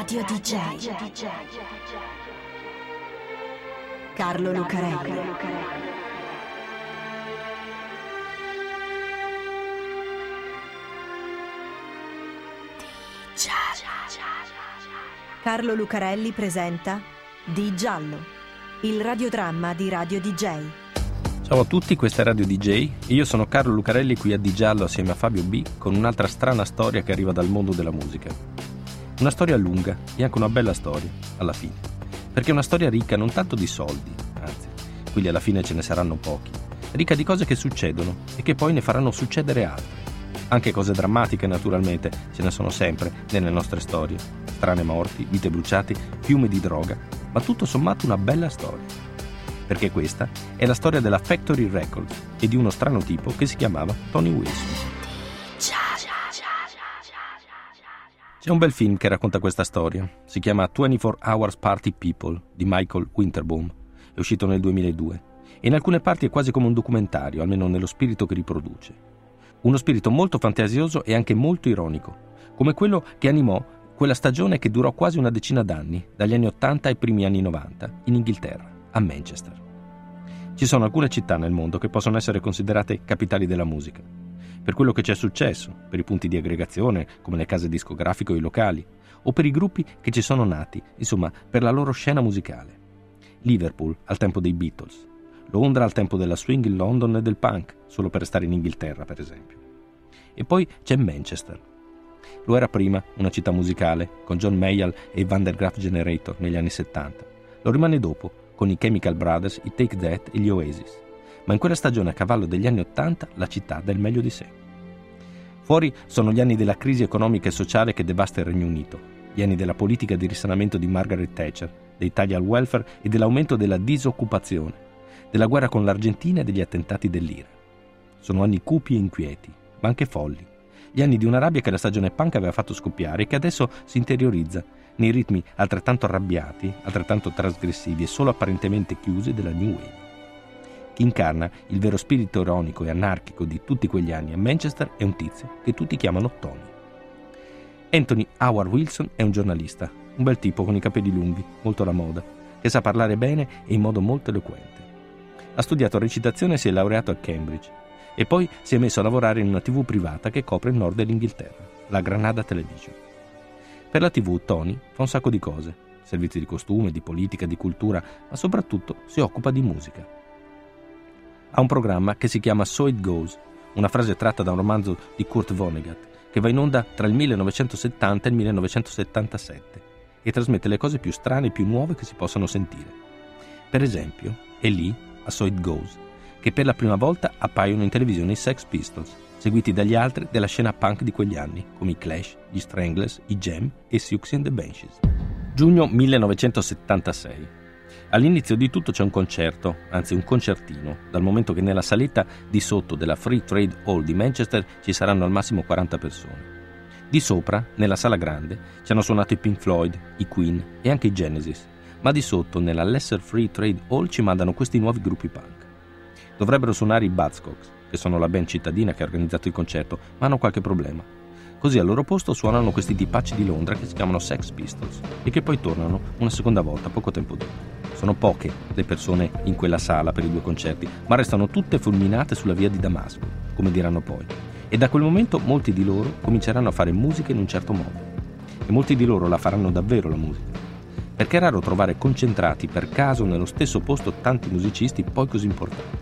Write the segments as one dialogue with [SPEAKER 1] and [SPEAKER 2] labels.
[SPEAKER 1] Radio DJ. Carlo Lucarelli. Carlo Lucarelli presenta Di Giallo, il radiodramma di Radio DJ.
[SPEAKER 2] Ciao a tutti, questa è Radio DJ e io sono Carlo Lucarelli qui a Di Giallo assieme a Fabio B con un'altra strana storia che arriva dal mondo della musica. Una storia lunga e anche una bella storia, alla fine. Perché è una storia ricca non tanto di soldi, anzi, quelli alla fine ce ne saranno pochi, ricca di cose che succedono e che poi ne faranno succedere altre. Anche cose drammatiche naturalmente, ce ne sono sempre nelle nostre storie. Strane morti, vite bruciate, fiume di droga, ma tutto sommato una bella storia. Perché questa è la storia della Factory Records e di uno strano tipo che si chiamava Tony Wilson. C'è un bel film che racconta questa storia, si chiama 24 Hours Party People di Michael Winterbaum, è uscito nel 2002 e in alcune parti è quasi come un documentario, almeno nello spirito che riproduce. Uno spirito molto fantasioso e anche molto ironico, come quello che animò quella stagione che durò quasi una decina d'anni, dagli anni 80 ai primi anni 90, in Inghilterra, a Manchester. Ci sono alcune città nel mondo che possono essere considerate capitali della musica, per quello che c'è successo, per i punti di aggregazione, come le case discografiche o i locali, o per i gruppi che ci sono nati, insomma, per la loro scena musicale. Liverpool al tempo dei Beatles, Londra al tempo della swing in London e del punk, solo per restare in Inghilterra, per esempio. E poi c'è Manchester. Lo era prima, una città musicale, con John Mayall e i Van der Graaf Generator negli anni 70. Lo rimane dopo, con i Chemical Brothers, i Take That e gli Oasis. Ma in quella stagione a cavallo degli anni 80 la città dà il meglio di sé. Fuori sono gli anni della crisi economica e sociale che devasta il Regno Unito, gli anni della politica di risanamento di Margaret Thatcher, dei tagli al welfare e dell'aumento della disoccupazione, della guerra con l'Argentina e degli attentati dell'Ira. Sono anni cupi e inquieti, ma anche folli. Gli anni di una rabbia che la stagione punk aveva fatto scoppiare e che adesso si interiorizza nei ritmi altrettanto arrabbiati, altrettanto trasgressivi e solo apparentemente chiusi della New Wave. Chi incarna il vero spirito ironico e anarchico di tutti quegli anni a Manchester è un tizio che tutti chiamano Tony. Anthony Howard Wilson è un giornalista, un bel tipo con i capelli lunghi, molto alla moda, che sa parlare bene e in modo molto eloquente. Ha studiato recitazione e si è laureato a Cambridge e poi si è messo a lavorare in una TV privata che copre il nord dell'Inghilterra, la Granada Television. Per la TV Tony fa un sacco di cose, servizi di costume, di politica, di cultura, ma soprattutto si occupa di musica. Ha un programma che si chiama So It Goes, una frase tratta da un romanzo di Kurt Vonnegut, che va in onda tra il 1970 e il 1977 e trasmette le cose più strane e più nuove che si possano sentire. Per esempio, è lì, a So It Goes, che per la prima volta appaiono in televisione i Sex Pistols, seguiti dagli altri della scena punk di quegli anni, come i Clash, gli Stranglers, i Jam e i Siouxsie and the Banshees. Giugno 1976. All'inizio di tutto c'è un concerto, anzi un concertino, dal momento che nella saletta di sotto della Free Trade Hall di Manchester ci saranno al massimo 40 persone. Di sopra, nella sala grande, ci hanno suonato i Pink Floyd, i Queen e anche i Genesis, ma di sotto, nella Lesser Free Trade Hall, ci mandano questi nuovi gruppi punk. Dovrebbero suonare i Buzzcocks, che sono la band cittadina che ha organizzato il concerto, ma hanno qualche problema. Così al loro posto suonano questi tipacci di Londra che si chiamano Sex Pistols e che poi tornano una seconda volta poco tempo dopo. Sono poche le persone in quella sala per i due concerti, ma restano tutte fulminate sulla via di Damasco, come diranno poi. E da quel momento molti di loro cominceranno a fare musica in un certo modo. E molti di loro la faranno davvero la musica. Perché è raro trovare concentrati per caso nello stesso posto tanti musicisti poi così importanti.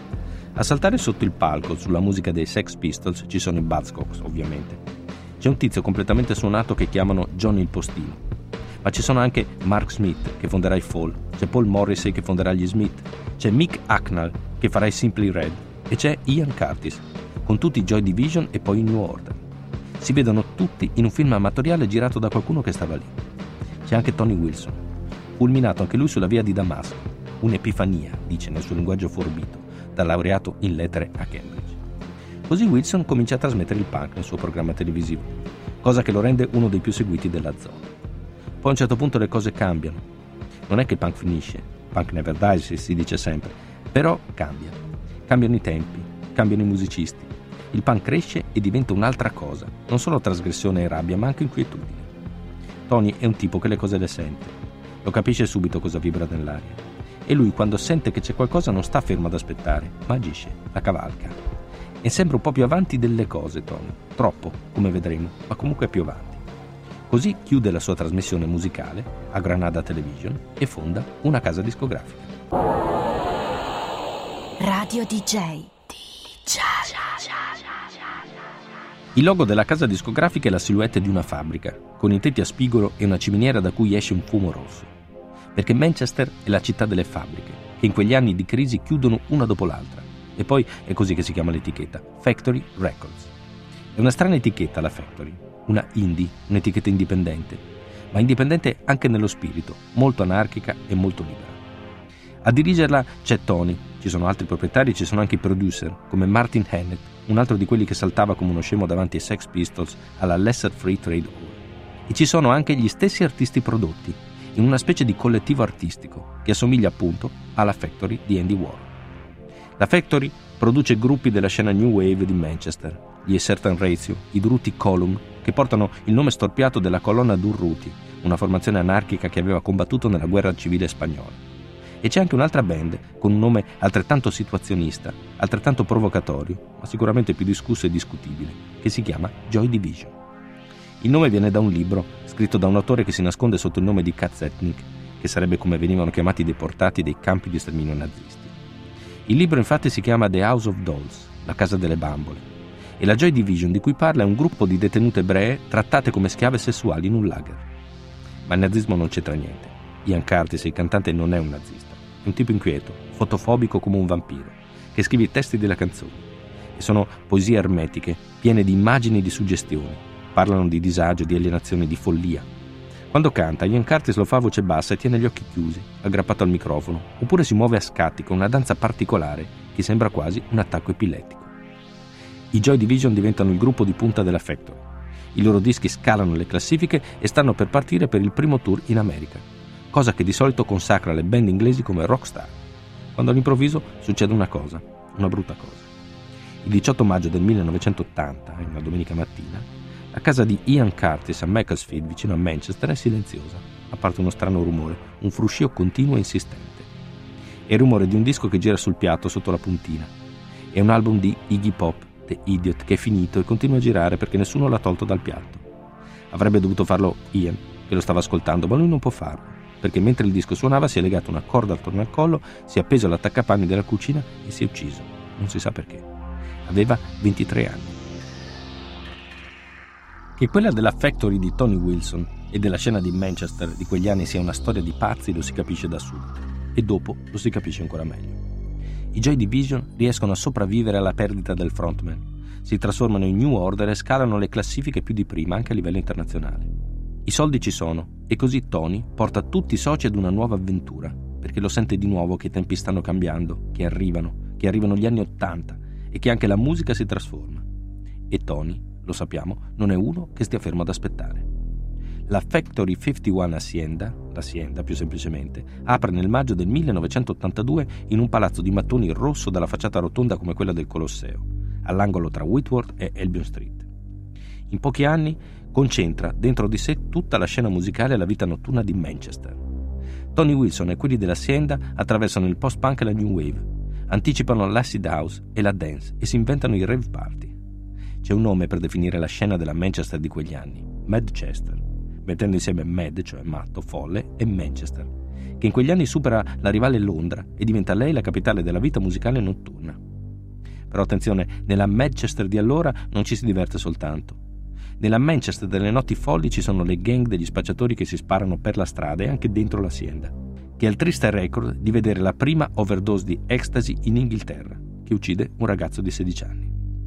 [SPEAKER 2] A saltare sotto il palco sulla musica dei Sex Pistols ci sono i Buzzcocks, ovviamente. C'è un tizio completamente suonato che chiamano Johnny il Postino. Ma ci sono anche Mark Smith, che fonderà i Fall, c'è Paul Morrissey, che fonderà gli Smith, c'è Mick Hucknall, che farà i Simply Red, e c'è Ian Curtis, con tutti i Joy Division e poi i New Order. Si vedono tutti in un film amatoriale girato da qualcuno che stava lì. C'è anche Tony Wilson, fulminato anche lui sulla via di Damasco, un'epifania, dice nel suo linguaggio forbito, da laureato in lettere a Cambridge. Così Wilson comincia a trasmettere il punk nel suo programma televisivo, cosa che lo rende uno dei più seguiti della zona. Poi a un certo punto le cose cambiano. Non è che il punk finisce, punk never dies si dice sempre, però cambia. Cambiano i tempi, cambiano i musicisti. Il punk cresce e diventa un'altra cosa, non solo trasgressione e rabbia, ma anche inquietudine. Tony è un tipo che le cose le sente. Lo capisce subito cosa vibra nell'aria. E lui, quando sente che c'è qualcosa, non sta fermo ad aspettare, ma agisce, la cavalca. È sempre un po' più avanti delle cose, Tony. Troppo, come vedremo, ma comunque più avanti. Così chiude la sua trasmissione musicale a Granada Television e fonda una casa discografica.
[SPEAKER 1] Radio DJ.
[SPEAKER 2] Il logo della casa discografica è la silhouette di una fabbrica, con i tetti a spigolo e una ciminiera da cui esce un fumo rosso. Perché Manchester è la città delle fabbriche, che in quegli anni di crisi chiudono una dopo l'altra. E poi è così che si chiama l'etichetta, Factory Records. È una strana etichetta la Factory, una indie, un'etichetta indipendente, ma indipendente anche nello spirito, molto anarchica e molto libera. A dirigerla c'è Tony, ci sono altri proprietari, ci sono anche i producer, come Martin Hannett, un altro di quelli che saltava come uno scemo davanti ai Sex Pistols alla Lesser Free Trade Hall. E ci sono anche gli stessi artisti prodotti, in una specie di collettivo artistico che assomiglia appunto alla Factory di Andy Warhol. La Factory produce gruppi della scena New Wave di Manchester, gli A Certain Ratio, i Durruti Column, che portano il nome storpiato della colonna Durruti, una formazione anarchica che aveva combattuto nella guerra civile spagnola. E c'è anche un'altra band con un nome altrettanto situazionista, altrettanto provocatorio, ma sicuramente più discusso e discutibile, che si chiama Joy Division. Il nome viene da un libro scritto da un autore che si nasconde sotto il nome di Katzetnik, che sarebbe come venivano chiamati i deportati dei campi di sterminio nazisti. Il libro infatti si chiama The House of Dolls, la casa delle bambole, e la Joy Division di cui parla è un gruppo di detenute ebree trattate come schiave sessuali in un lager. Ma il nazismo non c'entra niente. Ian Curtis, il cantante, non è un nazista, è un tipo inquieto, fotofobico come un vampiro, che scrive i testi delle canzoni. E sono poesie ermetiche, piene di immagini e di suggestioni. Parlano di disagio, di alienazione, di follia. Quando canta, Ian Curtis lo fa a voce bassa e tiene gli occhi chiusi, aggrappato al microfono, oppure si muove a scatti con una danza particolare che sembra quasi un attacco epilettico. I Joy Division diventano il gruppo di punta della Factory. I loro dischi scalano le classifiche e stanno per partire per il primo tour in America, cosa che di solito consacra le band inglesi come rockstar. Quando all'improvviso succede una cosa, una brutta cosa. Il 18 maggio del 1980, una domenica mattina, la casa di Ian Curtis a Macclesfield, vicino a Manchester, è silenziosa, a parte uno strano rumore, un fruscio continuo e insistente. È il rumore di un disco che gira sul piatto sotto la puntina. È un album di Iggy Pop, The Idiot, che è finito e continua a girare perché nessuno l'ha tolto dal piatto. Avrebbe dovuto farlo Ian, che lo stava ascoltando, ma lui non può farlo, perché mentre il disco suonava si è legato una corda attorno al collo, si è appeso all'attaccapanni della cucina e si è ucciso. Non si sa perché. Aveva 23 anni. Che quella della Factory di Tony Wilson e della scena di Manchester di quegli anni sia una storia di pazzi lo si capisce da subito, e dopo lo si capisce ancora meglio. I Joy Division riescono a sopravvivere alla perdita del frontman, si trasformano in New Order e scalano le classifiche più di prima anche a livello internazionale. I soldi ci sono e così Tony porta tutti i soci ad una nuova avventura, perché lo sente di nuovo che i tempi stanno cambiando, che arrivano gli anni '80 e che anche la musica si trasforma. E Tony, lo sappiamo, non è uno che stia fermo ad aspettare. La Factory 51 l'Hacienda più semplicemente, apre nel maggio del 1982 in un palazzo di mattoni rosso dalla facciata rotonda come quella del Colosseo, all'angolo tra Whitworth e Albion Street. In pochi anni concentra dentro di sé tutta la scena musicale e la vita notturna di Manchester. Tony Wilson e quelli dell'Hacienda attraversano il post-punk e la new wave, anticipano l'acid house e la dance e si inventano i rave party. C'è un nome per definire la scena della Manchester di quegli anni, Madchester, mettendo insieme Mad, cioè matto, folle, e Manchester, che in quegli anni supera la rivale Londra e diventa lei la capitale della vita musicale notturna. Però attenzione, nella Manchester di allora non ci si diverte soltanto. Nella Manchester delle notti folli ci sono le gang degli spacciatori che si sparano per la strada e anche dentro l'Hacienda, che ha il triste record di vedere la prima overdose di ecstasy in Inghilterra, che uccide un ragazzo di 16 anni.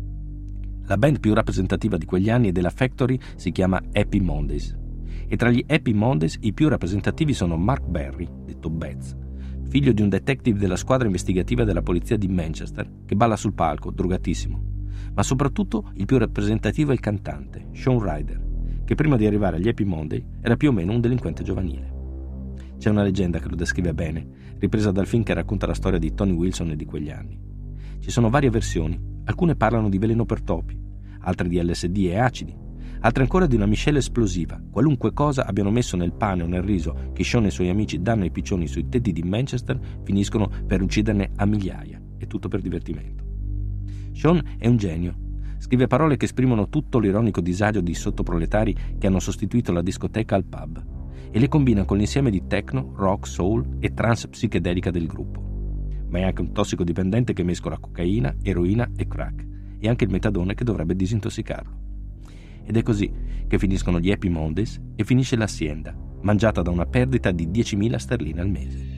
[SPEAKER 2] La band più rappresentativa di quegli anni della Factory si chiama Happy Mondays, e tra gli Happy Mondays i più rappresentativi sono Mark Berry, detto Betz, figlio di un detective della squadra investigativa della polizia di Manchester, che balla sul palco, drogatissimo, ma soprattutto il più rappresentativo è il cantante, Shaun Ryder, che prima di arrivare agli Happy Monday era più o meno un delinquente giovanile. C'è una leggenda che lo descrive bene, ripresa dal film che racconta la storia di Tony Wilson e di quegli anni. Ci sono varie versioni, alcune parlano di veleno per topi, altre di LSD e acidi, altre ancora di una miscela esplosiva. Qualunque cosa abbiano messo nel pane o nel riso che Sean e i suoi amici danno ai piccioni sui tetti di Manchester finiscono per ucciderne a migliaia, e tutto per divertimento. Sean è un genio. Scrive parole che esprimono tutto l'ironico disagio di sottoproletari che hanno sostituito la discoteca al pub, e le combina con l'insieme di techno, rock, soul e trance psichedelica del gruppo. Ma è anche un tossicodipendente che mescola cocaina, eroina e crack, e anche il metadone che dovrebbe disintossicarlo. Ed è così che finiscono gli Happy Mondays e finisce l'Hacienda, mangiata da una perdita di 10.000 sterline al mese.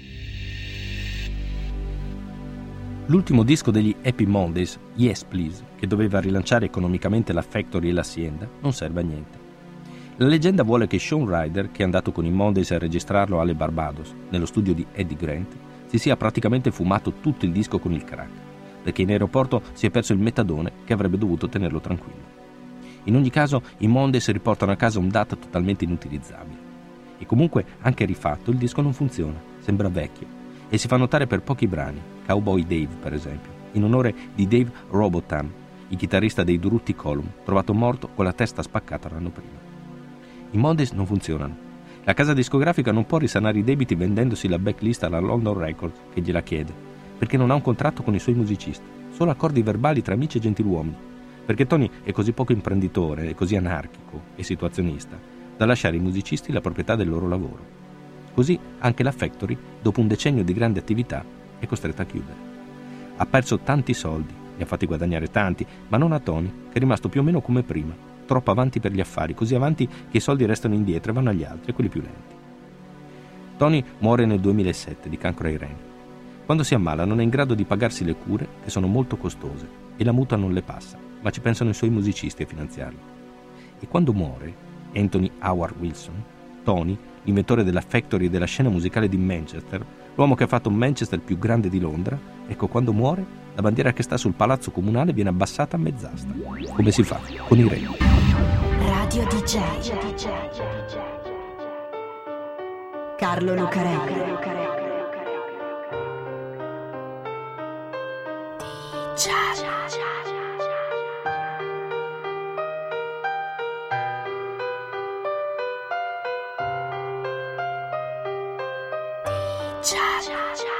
[SPEAKER 2] L'ultimo disco degli Happy Mondays, Yes Please, che doveva rilanciare economicamente la Factory e l'Hacienda, non serve a niente. La leggenda vuole che Sean Ryder, che è andato con i Mondays a registrarlo alle Barbados, nello studio di Eddie Grant, si sia praticamente fumato tutto il disco con il crack, perché in aeroporto si è perso il metadone che avrebbe dovuto tenerlo tranquillo. In ogni caso, i Mondays riportano a casa un DAT totalmente inutilizzabile. E comunque, anche rifatto, il disco non funziona, sembra vecchio, e si fa notare per pochi brani, Cowboy Dave per esempio, in onore di Dave Robotham, il chitarrista dei Drutti Column, trovato morto con la testa spaccata l'anno prima. I Mondays non funzionano. La casa discografica non può risanare i debiti vendendosi la backlist alla London Records, che gliela chiede, perché non ha un contratto con i suoi musicisti, solo accordi verbali tra amici e gentiluomini, perché Tony è così poco imprenditore, è così anarchico e situazionista, da lasciare ai musicisti la proprietà del loro lavoro. Così anche la Factory, dopo un decennio di grande attività, è costretta a chiudere. Ha perso tanti soldi, ne ha fatti guadagnare tanti, ma non a Tony, che è rimasto più o meno come prima, troppo avanti per gli affari, così avanti che i soldi restano indietro e vanno agli altri, quelli più lenti. Tony muore nel 2007 di cancro ai reni. Quando si ammala non è in grado di pagarsi le cure, che sono molto costose, e la mutua non le passa, ma ci pensano i suoi musicisti a finanziarlo. E quando muore, Anthony Howard Wilson, Tony, l'inventore della Factory e della scena musicale di Manchester, l'uomo che ha fatto Manchester più grande di Londra, ecco, quando muore, la bandiera che sta sul palazzo comunale viene abbassata a mezz'asta, come si fa con i re.
[SPEAKER 1] Radio DJ Carlo Lucarelli. Cha cha cha.